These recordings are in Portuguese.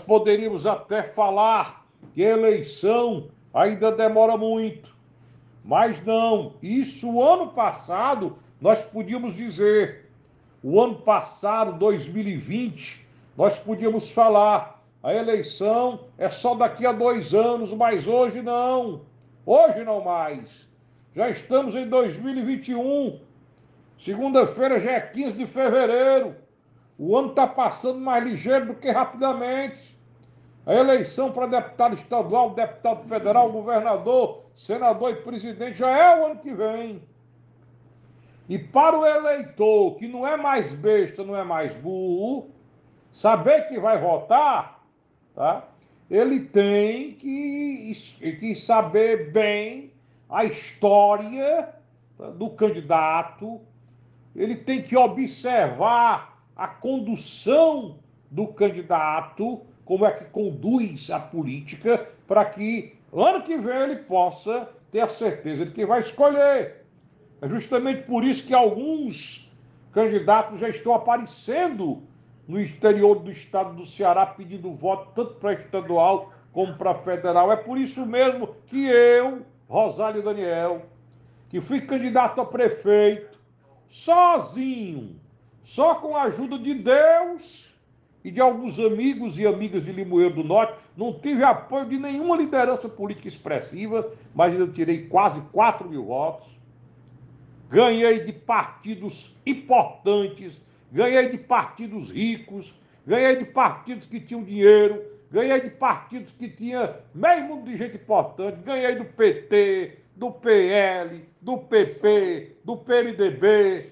poderíamos até falar que a eleição ainda demora muito, mas não. Isso o ano passado nós podíamos dizer. O ano passado, 2020, nós podíamos falar, a eleição é só daqui a 2 anos, mas hoje não. Hoje não mais. Já estamos em 2021. Segunda-feira já é 15 de fevereiro. O ano está passando mais ligeiro do que rapidamente. A eleição para deputado estadual, deputado federal, governador, senador e presidente já é o ano que vem. E para o eleitor, que não é mais besta, não é mais burro, saber que vai votar, tá? Ele tem que saber bem a história, tá, do candidato, ele tem que observar a condução do candidato, como é que conduz a política, para que ano que vem ele possa ter a certeza de que vai escolher. É justamente por isso que alguns candidatos já estão aparecendo no exterior do estado do Ceará pedindo voto tanto para estadual como para federal. É por isso mesmo que eu, Rosário Daniel, que fui candidato a prefeito, sozinho, só com a ajuda de Deus e de alguns amigos e amigas de Limoeiro do Norte, não tive apoio de nenhuma liderança política expressiva, mas eu tirei quase 4 mil votos. Ganhei de partidos importantes, ganhei de partidos ricos, ganhei de partidos que tinham dinheiro, ganhei de partidos que tinham meio mundo de gente importante, ganhei do PT, do PL, do PP, do PMDB,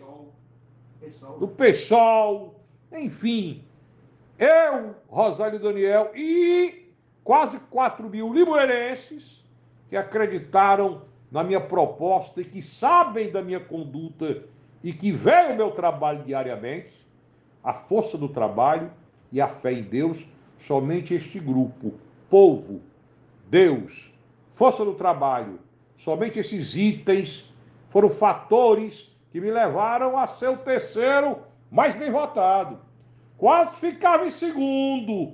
do PSOL, enfim. Eu, Rosário Daniel e quase 4 mil limoeirenses que acreditaram na minha proposta e que sabem da minha conduta e que veem o meu trabalho diariamente, a força do trabalho e a fé em Deus, somente este grupo, povo, Deus, força do trabalho, somente esses itens foram fatores que me levaram a ser o terceiro mais bem votado. Quase ficava em segundo,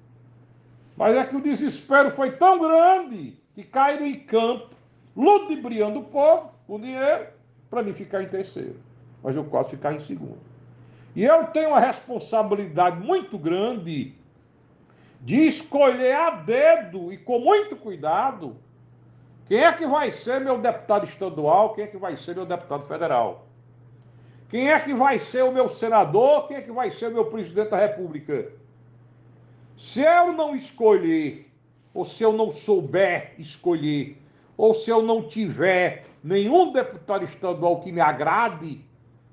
mas é que o desespero foi tão grande que caíram em campo, ludibriando o povo com dinheiro, para mim ficar em terceiro. Mas eu quase ficar em segundo. E eu tenho uma responsabilidade muito grande de escolher a dedo e com muito cuidado quem é que vai ser meu deputado estadual, quem é que vai ser meu deputado federal. Quem é que vai ser o meu senador, quem é que vai ser o meu presidente da República. Se eu não escolher, ou se eu não souber escolher, ou se eu não tiver nenhum deputado estadual que me agrade,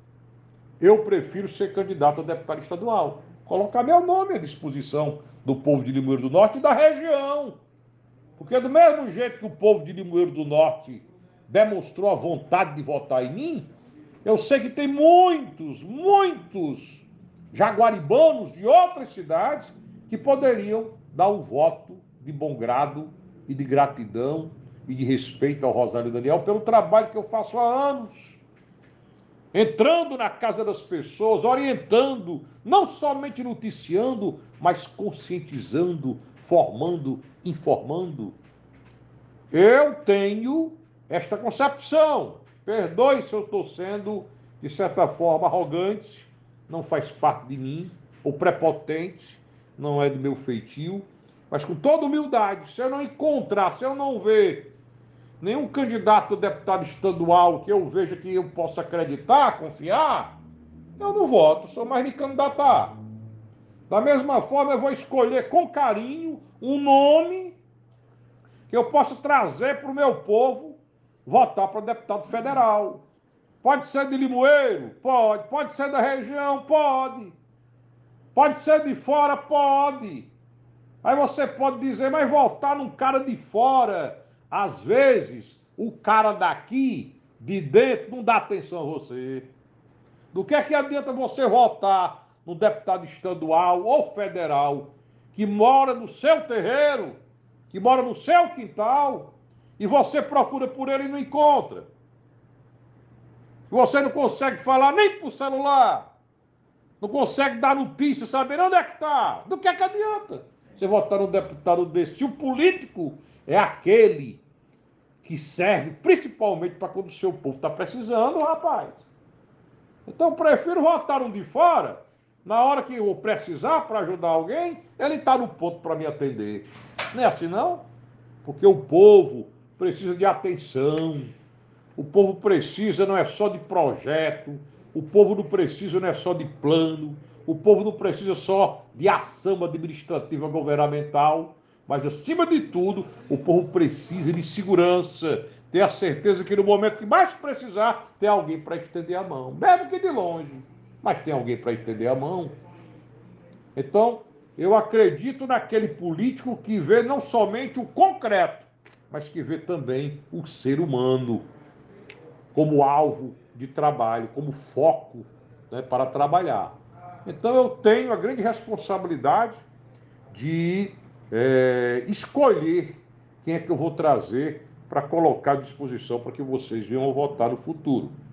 eu prefiro ser candidato a deputado estadual. Colocar meu nome à disposição do povo de Limoeiro do Norte e da região. Porque do mesmo jeito que o povo de Limoeiro do Norte demonstrou a vontade de votar em mim, eu sei que tem muitos jaguaribanos de outras cidades que poderiam dar um voto de bom grado e de gratidão e de respeito ao Rosário Daniel pelo trabalho que eu faço há anos. Entrando na casa das pessoas, orientando, não somente noticiando, mas conscientizando, formando, informando. Eu tenho esta concepção. Perdoe se eu estou sendo, de certa forma, arrogante, não faz parte de mim, ou prepotente, não é do meu feitio, mas com toda humildade, se eu não encontrar, se eu não ver nenhum candidato a deputado estadual que eu veja que eu possa acreditar, confiar, eu não voto, sou mais de candidatar. Da mesma forma, eu vou escolher com carinho um nome que eu possa trazer para o meu povo votar para deputado federal. Pode ser de Limoeiro? Pode. Pode ser da região? Pode. Pode ser de fora? Pode. Aí você pode dizer, mas votar num cara de fora, às vezes, o cara daqui, de dentro, não dá atenção a você. Do que é que adianta você votar no deputado estadual ou federal que mora no seu terreiro, que mora no seu quintal, e você procura por ele e não encontra? Você não consegue falar nem por celular, não consegue dar notícia, saber onde é que está. Do que é que adianta? você votar num deputado desse. Se o político é aquele que serve principalmente para quando o seu povo está precisando, rapaz. Então, eu prefiro votar um de fora. Na hora que eu precisar para ajudar alguém, ele está no ponto para me atender. Não é assim, não? Porque o povo precisa de atenção. O povo precisa não é só de projeto. O povo não precisa não é só de plano. O povo não precisa só de ação administrativa governamental. Mas, acima de tudo, o povo precisa de segurança. Ter a certeza que no momento que mais precisar, tem alguém para estender a mão. Mesmo que de longe, mas tem alguém para estender a mão. Então, eu acredito naquele político que vê não somente o concreto, mas que vê também o ser humano como alvo de trabalho, como foco, né, para trabalhar. Então, eu tenho a grande responsabilidade de escolher quem é que eu vou trazer para colocar à disposição para que vocês venham votar no futuro.